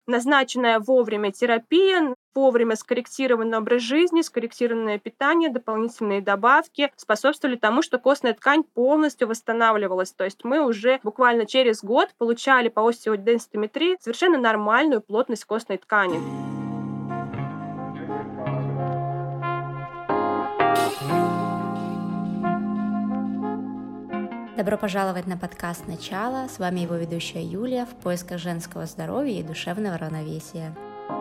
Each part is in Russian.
назначенная вовремя терапия, вовремя скорректированный образ жизни, скорректированное питание, дополнительные добавки способствовали тому, что костная ткань полностью восстанавливалась. То есть мы уже буквально через год получали по остеоденситометрии совершенно нормальную плотность костной ткани. Добро пожаловать на подкаст «Начало». С вами его ведущая Юлия в поисках женского здоровья и душевного равновесия.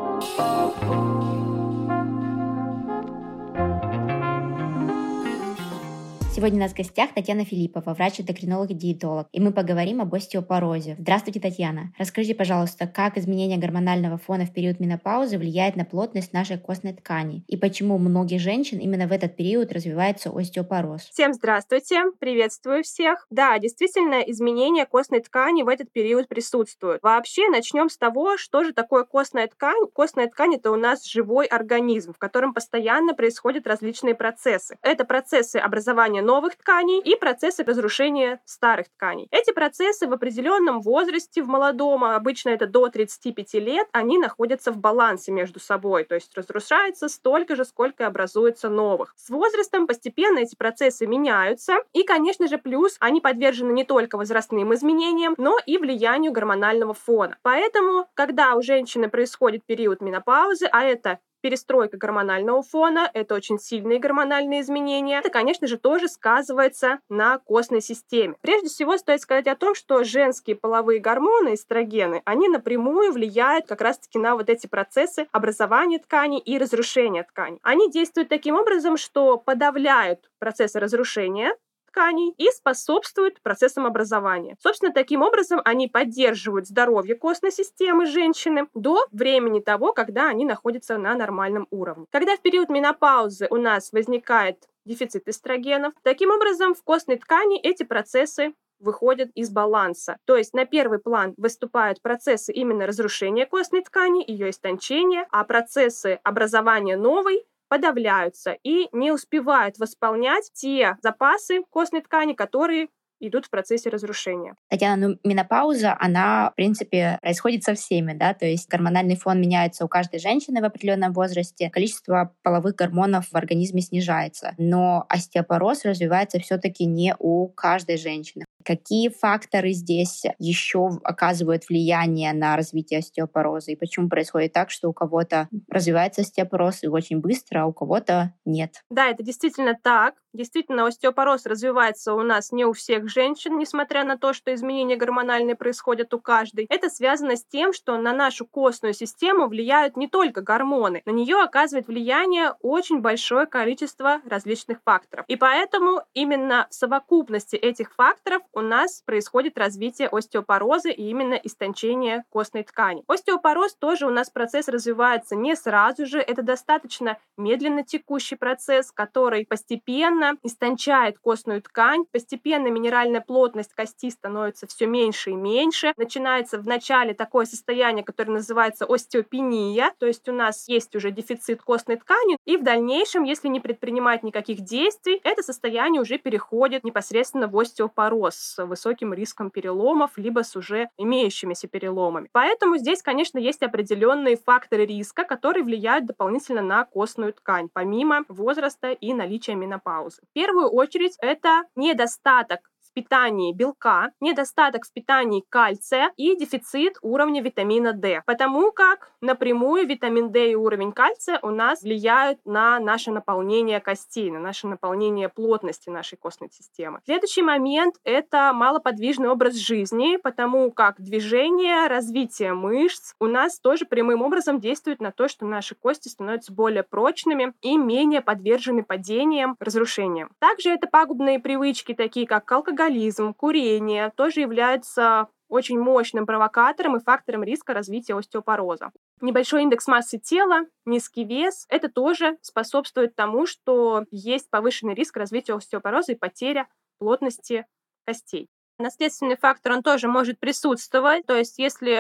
Сегодня у нас в гостях Татьяна Филиппова, врач-эндокринолог и диетолог, и мы поговорим об остеопорозе. Здравствуйте, Татьяна. Расскажите, пожалуйста, как изменение гормонального фона в период менопаузы влияет на плотность нашей костной ткани, и почему у многих женщин именно в этот период развивается остеопороз? Всем здравствуйте, приветствую всех. Да, действительно, изменение костной ткани в этот период присутствует. Вообще, начнем с того, что же такое костная ткань. Костная ткань — это у нас живой организм, в котором постоянно происходят различные процессы. Это процессы образования новых тканей и процессы разрушения старых тканей. Эти процессы в определенном возрасте, в молодом, обычно это до 35 лет, они находятся в балансе между собой, то есть разрушается столько же, сколько и образуется новых. С возрастом постепенно эти процессы меняются, и, конечно же, плюс они подвержены не только возрастным изменениям, но и влиянию гормонального фона. Поэтому, когда у женщины происходит период менопаузы, а это перестройка гормонального фона, это очень сильные гормональные изменения. Это, конечно же, тоже сказывается на костной системе. Прежде всего, стоит сказать о том, что женские половые гормоны, эстрогены, они напрямую влияют как раз-таки на вот эти процессы образования тканей и разрушения тканей. Они действуют таким образом, что подавляют процессы разрушения тканей и способствуют процессам образования. Собственно, таким образом они поддерживают здоровье костной системы женщины до времени того, когда они находятся на нормальном уровне. Когда в период менопаузы у нас возникает дефицит эстрогенов, таким образом в костной ткани эти процессы выходят из баланса. То есть на первый план выступают процессы именно разрушения костной ткани, ее истончения, а процессы образования новой подавляются и не успевают восполнять те запасы костной ткани, которые идут в процессе разрушения. Татьяна, менопауза, она, в принципе, происходит со всеми, да, то есть гормональный фон меняется у каждой женщины в определенном возрасте, количество половых гормонов в организме снижается, но остеопороз развивается все-таки не у каждой женщины. Какие факторы здесь еще оказывают влияние на развитие остеопороза? И почему происходит так, что у кого-то развивается остеопороз и очень быстро, а у кого-то нет? Да, это действительно так. Действительно, остеопороз развивается у нас не у всех женщин, несмотря на то, что изменения гормональные происходят у каждой. Это связано с тем, что на нашу костную систему влияют не только гормоны, на нее оказывает влияние очень большое количество различных факторов. И поэтому именно в совокупности этих факторов у нас происходит развитие остеопороза и именно истончение костной ткани. Остеопороз тоже у нас процесс развивается не сразу же, это достаточно медленно текущий процесс, который постепенно истончает костную ткань, постепенно минеральная плотность кости становится все меньше и меньше. Начинается вначале такое состояние, которое называется остеопения, то есть у нас есть уже дефицит костной ткани, и в дальнейшем, если не предпринимать никаких действий, это состояние уже переходит непосредственно в остеопороз с высоким риском переломов, либо с уже имеющимися переломами. Поэтому здесь, конечно, есть определенные факторы риска, которые влияют дополнительно на костную ткань, помимо возраста и наличия менопаузы. В первую очередь это недостаток в питании белка, недостаток в питании кальция и дефицит уровня витамина D, потому как напрямую витамин D и уровень кальция у нас влияют на наше наполнение костей, на наше наполнение плотности нашей костной системы. Следующий момент — это малоподвижный образ жизни, потому как движение, развитие мышц у нас тоже прямым образом действует на то, что наши кости становятся более прочными и менее подвержены падениям, разрушениям. Также это пагубные привычки, такие как алкоголизм, курение, тоже являются очень мощным провокатором и фактором риска развития остеопороза. Небольшой индекс массы тела, низкий вес — это тоже способствует тому, что есть повышенный риск развития остеопороза и потеря плотности костей. Наследственный фактор, он тоже может присутствовать, то есть если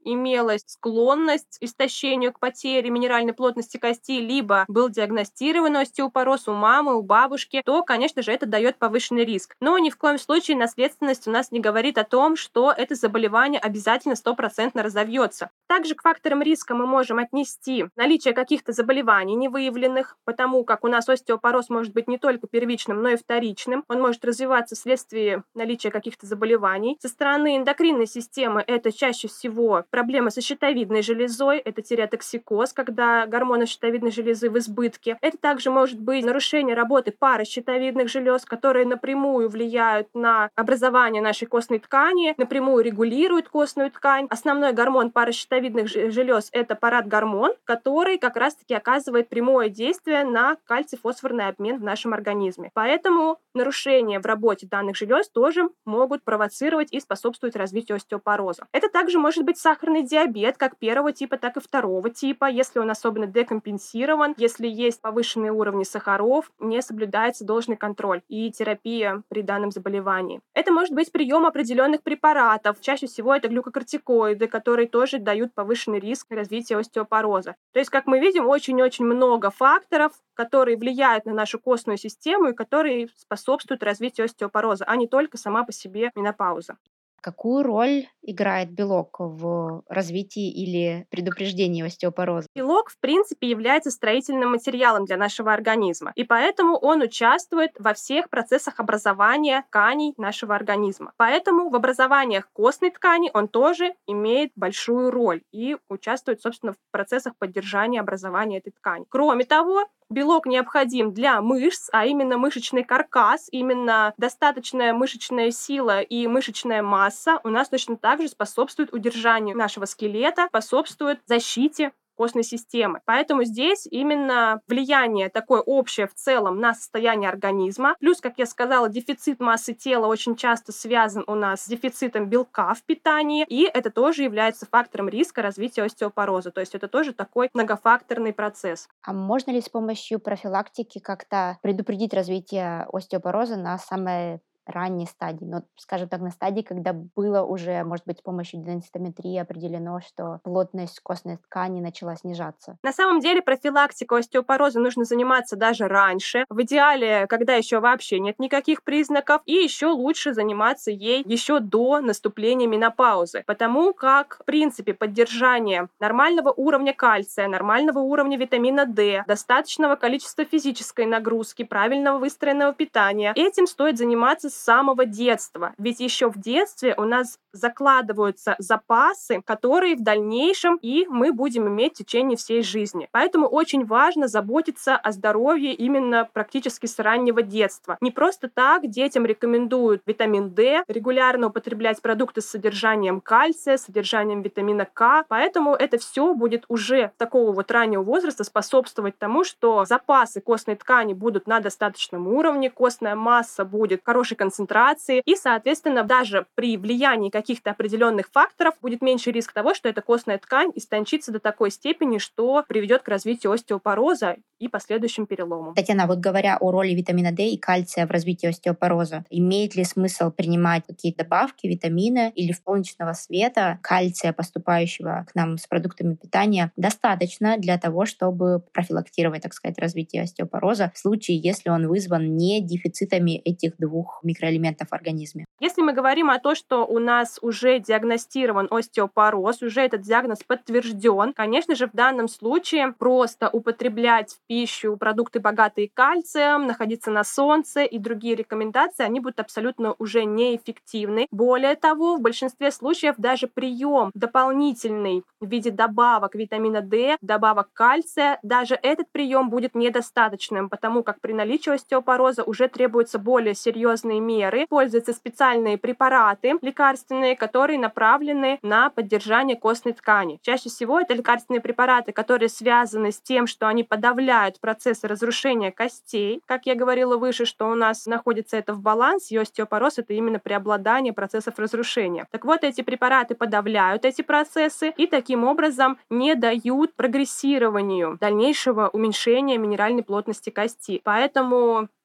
имелась склонность к истощению, к потере минеральной плотности кости, либо был диагностирован остеопороз у мамы, у бабушки, то, конечно же, это дает повышенный риск. Но ни в коем случае наследственность у нас не говорит о том, что это заболевание обязательно стопроцентно разовьется. Также к факторам риска мы можем отнести наличие каких-то заболеваний невыявленных, потому как у нас остеопороз может быть не только первичным, но и вторичным. Он может развиваться вследствие наличия каких-то заболеваний. Со стороны эндокринной системы это чаще всего проблемы со щитовидной железой, это тиреотоксикоз, когда гормоны щитовидной железы в избытке. Это также может быть нарушение работы пары щитовидных желез, которые напрямую влияют на образование нашей костной ткани, напрямую регулируют костную ткань. Основной гормон паращитовидных желез – это парадгормон, который как раз-таки оказывает прямое действие на кальций-фосфорный обмен в нашем организме. Поэтому нарушения в работе данных желез тоже могут провоцировать и способствовать развитию остеопороза. Это также может быть сахарный диабет как первого типа, так и второго типа, если он особенно декомпенсирован, если есть повышенные уровни сахаров, не соблюдается должный контроль и терапия при данном заболевании. Это может быть прием определенных препаратов, чаще всего это глюкокортикоиды, которые тоже дают повышенный риск развития остеопороза. То есть, как мы видим, очень-очень много факторов, которые влияют на нашу костную систему и которые способствуют развитию остеопороза, а не только сама по себе менопауза. Какую роль играет белок в развитии или предупреждении остеопороза? Белок, в принципе, является строительным материалом для нашего организма, и поэтому он участвует во всех процессах образования тканей нашего организма. Поэтому в образованиях костной ткани он тоже имеет большую роль и участвует, собственно, в процессах поддержания образования этой ткани. Кроме того, белок необходим для мышц, а именно мышечный каркас, именно достаточная мышечная сила и мышечная масса у нас точно так же способствует удержанию нашего скелета, способствует защите костной системы. Поэтому здесь именно влияние такое общее в целом на состояние организма. Плюс, как я сказала, дефицит массы тела очень часто связан у нас с дефицитом белка в питании, и это тоже является фактором риска развития остеопороза. То есть это тоже такой многофакторный процесс. А можно ли с помощью профилактики как-то предупредить развитие остеопороза на самой ранней стадии? Ну, скажем так, на стадии, когда было уже, может быть, с помощью денситометрии определено, что плотность костной ткани начала снижаться. На самом деле профилактикой остеопороза нужно заниматься даже раньше. В идеале, когда еще вообще нет никаких признаков, и еще лучше заниматься ей еще до наступления менопаузы, потому как, в принципе, поддержание нормального уровня кальция, нормального уровня витамина D, достаточного количества физической нагрузки, правильного выстроенного питания, этим стоит заниматься с самого детства. Ведь еще в детстве у нас закладываются запасы, которые в дальнейшем и мы будем иметь в течение всей жизни. Поэтому очень важно заботиться о здоровье именно практически с раннего детства. Не просто так детям рекомендуют витамин D, регулярно употреблять продукты с содержанием кальция, с содержанием витамина К. Поэтому это все будет уже с такого вот раннего возраста способствовать тому, что запасы костной ткани будут на достаточном уровне, костная масса будет хорошей концентрации, и, соответственно, даже при влиянии каких-то определенных факторов будет меньше риск того, что эта костная ткань истончится до такой степени, что приведет к развитию остеопороза и последующим переломам. Татьяна, вот говоря о роли витамина D и кальция в развитии остеопороза, имеет ли смысл принимать какие-то добавки, витамины или солнечного света, кальция, поступающего к нам с продуктами питания, достаточно для того, чтобы профилактировать, так сказать, развитие остеопороза в случае, если он вызван не дефицитами этих двух микроэлементов в организме? Если мы говорим о том, что у нас уже диагностирован остеопороз, уже этот диагноз подтвержден, конечно же, в данном случае просто употреблять в пищу продукты, богатые кальцием, находиться на солнце и другие рекомендации, они будут абсолютно уже неэффективны. Более того, в большинстве случаев даже прием дополнительный в виде добавок витамина D, добавок кальция, даже этот прием будет недостаточным, потому как при наличии остеопороза уже требуются более серьезные меры, используются специальные препараты лекарственные, которые направлены на поддержание костной ткани. Чаще всего это лекарственные препараты, которые связаны с тем, что они подавляют процессы разрушения костей. Как я говорила выше, что у нас находится это в балансе, и остеопороз — это именно преобладание процессов разрушения. Так вот, эти препараты подавляют эти процессы и таким образом не дают прогрессированию дальнейшего уменьшения минеральной плотности кости. Поэтому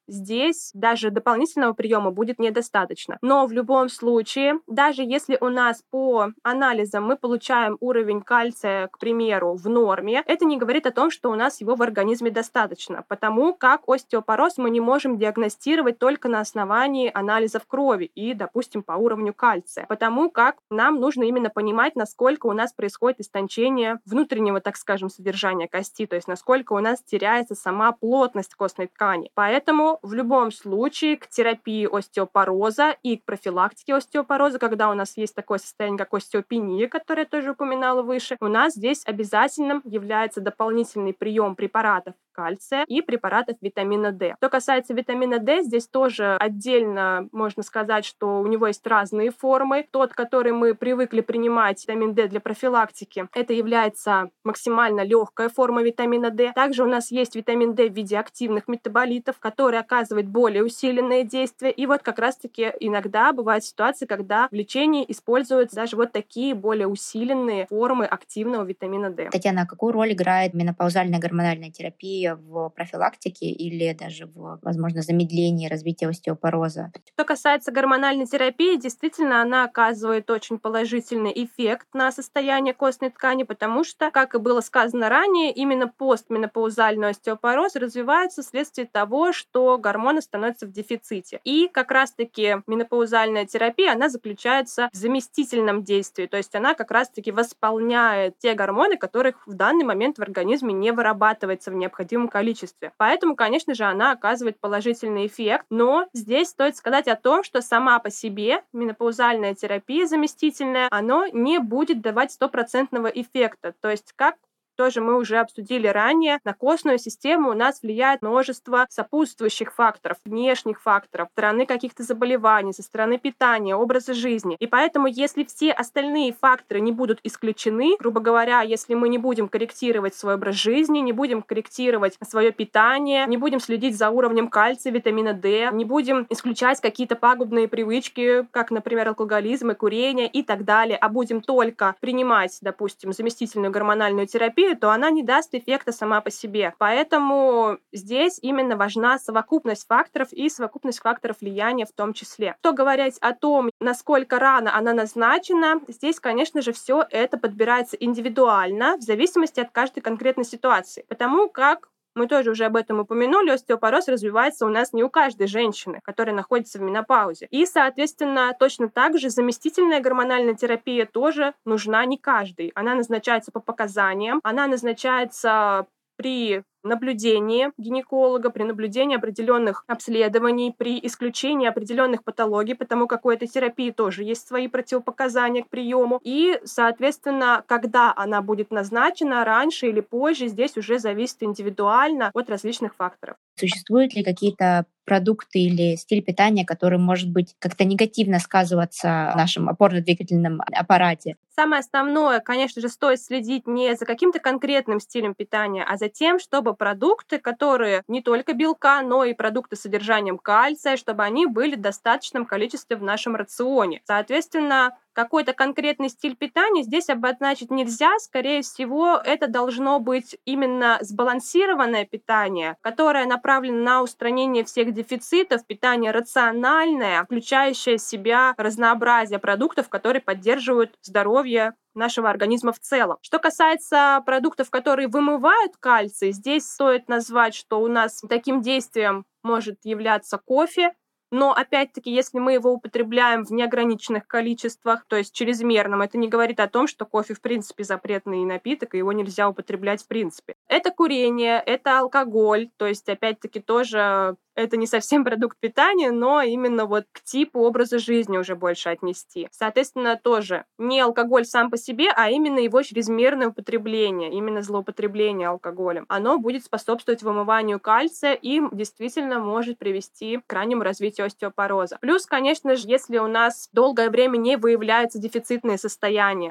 здесь даже дополнительного приема будет недостаточно. Но в любом случае, даже если у нас по анализам мы получаем уровень кальция, к примеру, в норме, это не говорит о том, что у нас его в организме достаточно, потому как остеопороз мы не можем диагностировать только на основании анализов крови и, допустим, по уровню кальция, потому как нам нужно именно понимать, насколько у нас происходит истончение внутреннего, так скажем, содержания кости, то есть насколько у нас теряется сама плотность костной ткани. Поэтому в любом случае к терапии остеопороза и к профилактике остеопороза, когда у нас есть такое состояние, как остеопения, которое я тоже упоминала выше, у нас здесь обязательным является дополнительный прием препаратов кальция и препаратов витамина D. Что касается витамина D, здесь тоже отдельно можно сказать, что у него есть разные формы. Тот, который мы привыкли принимать, витамин D для профилактики, это является максимально легкая форма витамина D. Также у нас есть витамин D в виде активных метаболитов, который оказывает более усиленное действие. И вот как раз-таки иногда бывают ситуации, когда в лечении используются даже вот такие более усиленные формы активного витамина D. Татьяна, а какую роль играет менопаузальная гормональная терапия в профилактике или даже в, возможно, замедлении развития остеопороза? Что касается гормональной терапии, действительно, она оказывает очень положительный эффект на состояние костной ткани, потому что, как и было сказано ранее, именно постменопаузальный остеопороз развивается вследствие того, что гормоны становятся в дефиците. И как раз-таки менопаузальная терапия, она заключается в заместительном действии, то есть она как раз-таки восполняет те гормоны, которых в данный момент в организме не вырабатывается в необходимом количестве. Поэтому, конечно же, она оказывает положительный эффект, но здесь стоит сказать о том, что сама по себе менопаузальная терапия заместительная, она не будет давать стопроцентного эффекта. То есть, как тоже мы уже обсудили ранее, на костную систему у нас влияет множество сопутствующих факторов, внешних факторов, со стороны каких-то заболеваний, со стороны питания, образа жизни. И поэтому, если все остальные факторы не будут исключены, грубо говоря, если мы не будем корректировать свой образ жизни, не будем корректировать свое питание, не будем следить за уровнем кальция, витамина D, не будем исключать какие-то пагубные привычки, как, например, алкоголизм и курение и так далее, а будем только принимать, допустим, заместительную гормональную терапию, то она не даст эффекта сама по себе. Поэтому здесь именно важна совокупность факторов и совокупность факторов влияния в том числе. Что говорить о том, насколько рано она назначена, здесь, конечно же, все это подбирается индивидуально в зависимости от каждой конкретной ситуации. Потому как мы тоже уже об этом упомянули, остеопороз развивается у нас не у каждой женщины, которая находится в менопаузе. И, соответственно, точно так же заместительная гормональная терапия тоже нужна не каждой. Она назначается по показаниям, она назначается при наблюдении гинеколога, при наблюдении определенных обследований, при исключении определенных патологий, потому как у этой терапии тоже есть свои противопоказания к приему. И, соответственно, когда она будет назначена, раньше или позже, здесь уже зависит индивидуально от различных факторов. Существуют ли какие-то продукты или стиль питания, который может быть как-то негативно сказываться в нашем опорно-двигательном аппарате? Самое основное, конечно же, стоит следить не за каким-то конкретным стилем питания, а за тем, чтобы продукты, которые не только белка, но и продукты с содержанием кальция, чтобы они были в достаточном количестве в нашем рационе. Соответственно, какой-то конкретный стиль питания здесь обозначить нельзя. Скорее всего, это должно быть именно сбалансированное питание, которое направлено на устранение всех дефицитов, питание рациональное, включающее в себя разнообразие продуктов, которые поддерживают здоровье нашего организма в целом. Что касается продуктов, которые вымывают кальций, здесь стоит назвать, что у нас таким действием может являться кофе, но, опять-таки, если мы его употребляем в неограниченных количествах, то есть чрезмерном, это не говорит о том, что кофе, в принципе, запретный напиток, и его нельзя употреблять в принципе. Это курение, это алкоголь, то есть, опять-таки, тоже это не совсем продукт питания, но именно вот к типу образа жизни уже больше отнести. Соответственно, тоже не алкоголь сам по себе, а именно его чрезмерное употребление, именно злоупотребление алкоголем. Оно будет способствовать вымыванию кальция и действительно может привести к раннему развитию остеопороза. Плюс, конечно же, если у нас долгое время не выявляется дефицитное состояние,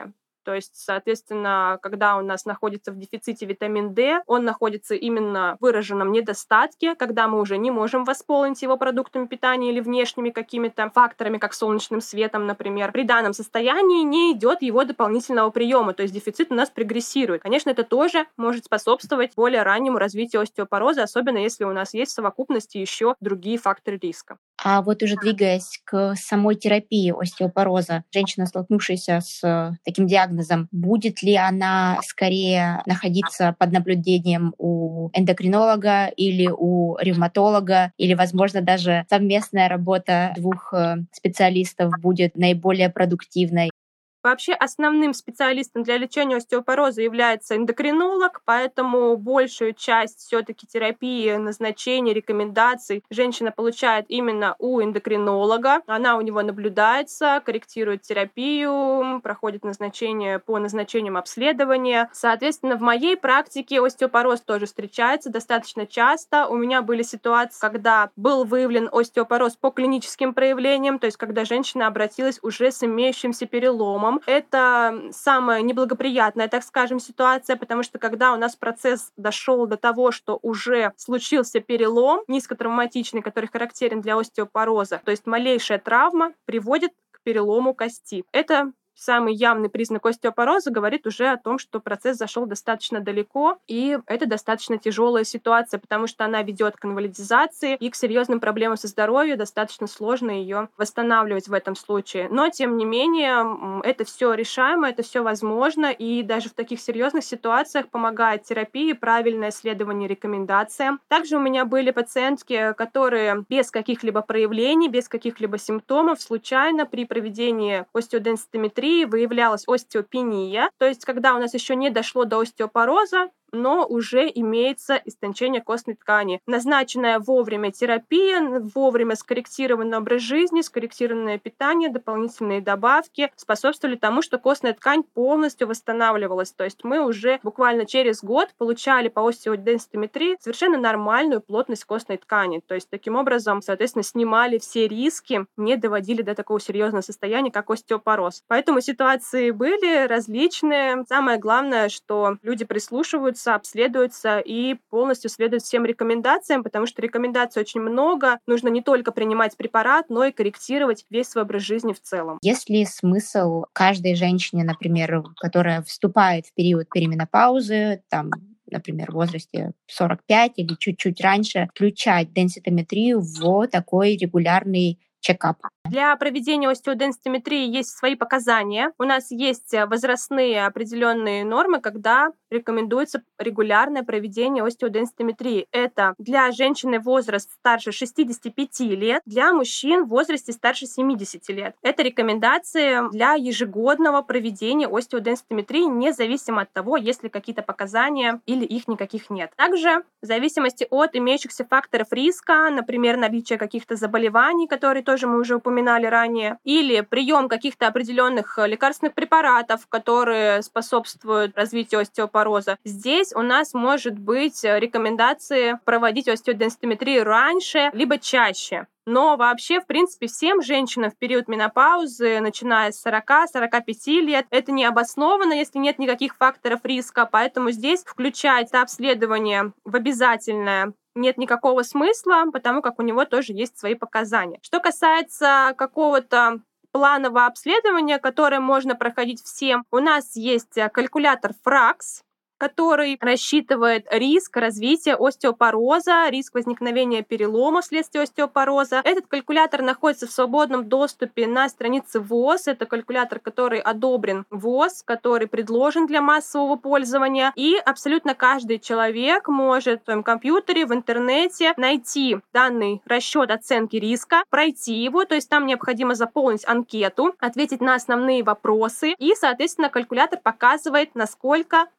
То есть, соответственно, когда у нас находится в дефиците витамин D, он находится именно в выраженном недостатке, когда мы уже не можем восполнить его продуктами питания или внешними какими-то факторами, как солнечным светом, например. При данном состоянии не идет его дополнительного приема, то есть дефицит у нас прогрессирует. Конечно, это тоже может способствовать более раннему развитию остеопороза, особенно если у нас есть в совокупности еще другие факторы риска. А вот уже двигаясь к самой терапии остеопороза, женщина, столкнувшаяся с таким диагнозом, будет ли она скорее находиться под наблюдением у эндокринолога или у ревматолога, или, возможно, даже совместная работа двух специалистов будет наиболее продуктивной? Вообще основным специалистом для лечения остеопороза является эндокринолог, поэтому большую часть все-таки терапии, назначений, рекомендаций женщина получает именно у эндокринолога. Она у него наблюдается, корректирует терапию, проходит назначение по назначениям обследования. Соответственно, в моей практике остеопороз тоже встречается достаточно часто. У меня были ситуации, когда был выявлен остеопороз по клиническим проявлениям, то есть когда женщина обратилась уже с имеющимся переломом. Это самая неблагоприятная, так скажем, ситуация, потому что когда у нас процесс дошел до того, что уже случился перелом низкотравматичный, который характерен для остеопороза, то есть малейшая травма приводит к перелому кости. Это самый явный признак остеопороза, говорит уже о том, что процесс зашел достаточно далеко, и это достаточно тяжелая ситуация, потому что она ведет к инвалидизации и к серьезным проблемам со здоровьем, достаточно сложно ее восстанавливать в этом случае. Но, тем не менее, это все решаемо, это все возможно, и даже в таких серьезных ситуациях помогает терапия, правильное следование рекомендациям. Также у меня были пациентки, которые без каких-либо проявлений, без каких-либо симптомов случайно при проведении остеоденситометрии выявлялась остеопения, то есть когда у нас еще не дошло до остеопороза, но уже имеется истончение костной ткани. Назначенная вовремя терапия, вовремя скорректированный образ жизни, скорректированное питание, дополнительные добавки способствовали тому, что костная ткань полностью восстанавливалась. То есть мы уже буквально через год получали по остеоденситометрии совершенно нормальную плотность костной ткани. То есть таким образом, соответственно, снимали все риски, не доводили до такого серьезного состояния, как остеопороз. Поэтому ситуации были различные. Самое главное, что люди прислушиваются, обследуются и полностью следуют всем рекомендациям, потому что рекомендаций очень много. Нужно не только принимать препарат, но и корректировать весь свой образ жизни в целом. Есть ли смысл каждой женщине, например, которая вступает в период перименопаузы, там, например, в возрасте 45 или чуть-чуть раньше, включать денситометрию в такой регулярный чекап? Для проведения остеоденситометрии есть свои показания. У нас есть возрастные определенные нормы, когда рекомендуется регулярное проведение остеоденситометрии. Это для женщины возраст старше 65 лет, для мужчин в возрасте старше 70 лет. Это рекомендации для ежегодного проведения остеоденситометрии, независимо от того, есть ли какие-то показания или их никаких нет. Также в зависимости от имеющихся факторов риска, например, наличие каких-то заболеваний, которые тоже мы уже упоминали ранее, или прием каких-то определенных лекарственных препаратов, которые способствуют развитию остеопороза. Здесь у нас может быть рекомендации проводить остеоденситометрию раньше, либо чаще. Но вообще, в принципе, всем женщинам в период менопаузы, начиная с 40-45 лет, это не обосновано, если нет никаких факторов риска, поэтому здесь включать обследование в обязательное нет никакого смысла, потому как у него тоже есть свои показания. Что касается какого-то планового обследования, которое можно проходить всем, у нас есть калькулятор ФРАКС, который рассчитывает риск развития остеопороза, риск возникновения перелома вследствие остеопороза. Этот калькулятор находится в свободном доступе на странице ВОЗ. Это калькулятор, который одобрен ВОЗ, который предложен для массового пользования. И абсолютно каждый человек может в своем компьютере, в интернете найти данный расчет оценки риска, пройти его, то есть там необходимо заполнить анкету, ответить на основные вопросы, и, соответственно, калькулятор показывает, насколько выражен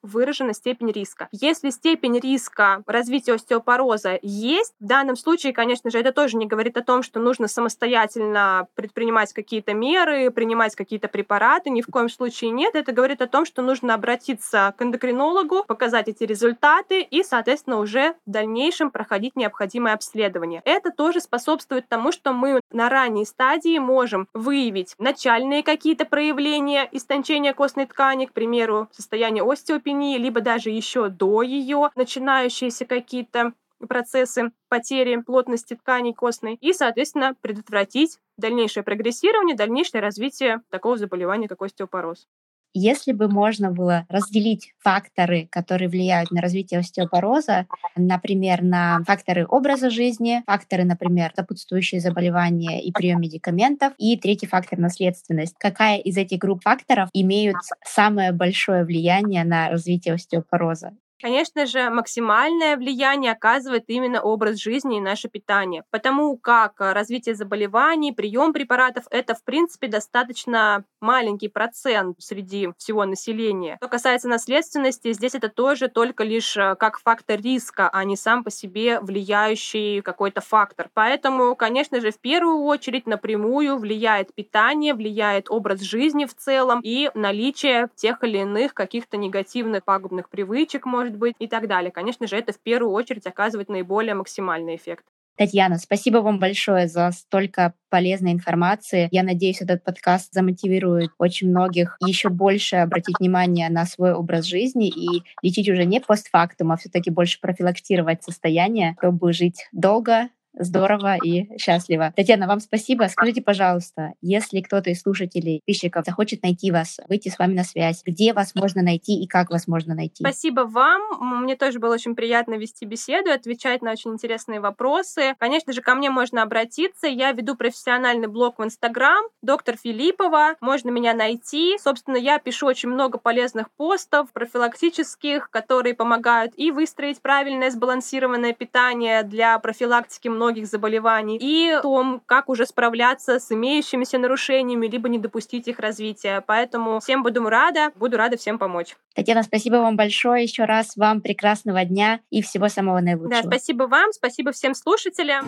на степень риска. Если степень риска развития остеопороза есть, в данном случае, конечно же, это тоже не говорит о том, что нужно самостоятельно предпринимать какие-то меры, принимать какие-то препараты, ни в коем случае нет. Это говорит о том, что нужно обратиться к эндокринологу, показать эти результаты и, соответственно, уже в дальнейшем проходить необходимое обследование. Это тоже способствует тому, что мы на ранней стадии можем выявить начальные какие-то проявления истончения костной ткани, к примеру, состояние остеопении, либо даже еще до ее начинающиеся какие-то процессы потери плотности тканей костной и, соответственно, предотвратить дальнейшее прогрессирование, дальнейшее развитие такого заболевания, как остеопороз. Если бы можно было разделить факторы, которые влияют на развитие остеопороза, например, на факторы образа жизни, факторы, например, сопутствующие заболевания и прием медикаментов, и третий фактор — наследственность. Какая из этих групп факторов имеют самое большое влияние на развитие остеопороза? Конечно же, максимальное влияние оказывает именно образ жизни и наше питание, потому как развитие заболеваний, прием препаратов — это, в принципе, достаточно маленький процент среди всего населения. Что касается наследственности, здесь это тоже только лишь как фактор риска, а не сам по себе влияющий какой-то фактор. Поэтому, конечно же, в первую очередь напрямую влияет питание, влияет образ жизни в целом и наличие тех или иных каких-то негативных пагубных привычек, может быть, и так далее. Конечно же, это в первую очередь оказывает наиболее максимальный эффект. Татьяна, спасибо вам большое за столько полезной информации. Я надеюсь, этот подкаст замотивирует очень многих еще больше обратить внимание на свой образ жизни и лечить уже не постфактум, а все-таки больше профилактировать состояние, чтобы жить долго, здорово и счастливо. Татьяна, вам спасибо. Скажите, пожалуйста, если кто-то из слушателей, подписчиков захочет найти вас, выйти с вами на связь, где вас можно найти и как вас можно найти? Спасибо вам. Мне тоже было очень приятно вести беседу, отвечать на очень интересные вопросы. Конечно же, ко мне можно обратиться. Я веду профессиональный блог в Инстаграм, доктор Филиппова. Можно меня найти. Собственно, я пишу очень много полезных постов профилактических, которые помогают и выстроить правильное сбалансированное питание для профилактики многих заболеваний, и о том, как уже справляться с имеющимися нарушениями, либо не допустить их развития. Поэтому всем буду рада всем помочь. Татьяна, спасибо вам большое еще раз. Вам прекрасного дня и всего самого наилучшего. Да, спасибо вам, спасибо всем слушателям.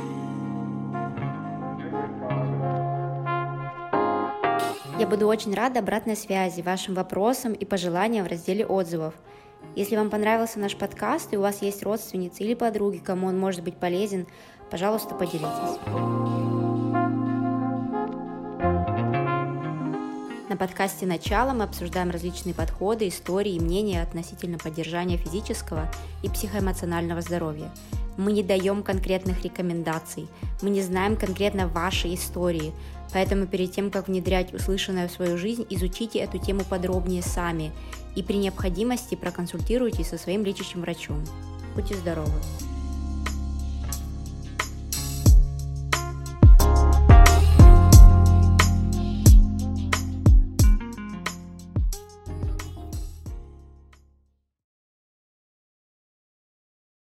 Я буду очень рада обратной связи, вашим вопросам и пожеланиям в разделе отзывов. Если вам понравился наш подкаст и у вас есть родственницы или подруги, кому он может быть полезен, пожалуйста, поделитесь. На подкасте «Начало» мы обсуждаем различные подходы, истории и мнения относительно поддержания физического и психоэмоционального здоровья. Мы не даем конкретных рекомендаций, мы не знаем конкретно вашей истории, поэтому перед тем, как внедрять услышанное в свою жизнь, изучите эту тему подробнее сами и при необходимости проконсультируйтесь со своим лечащим врачом. Будьте здоровы!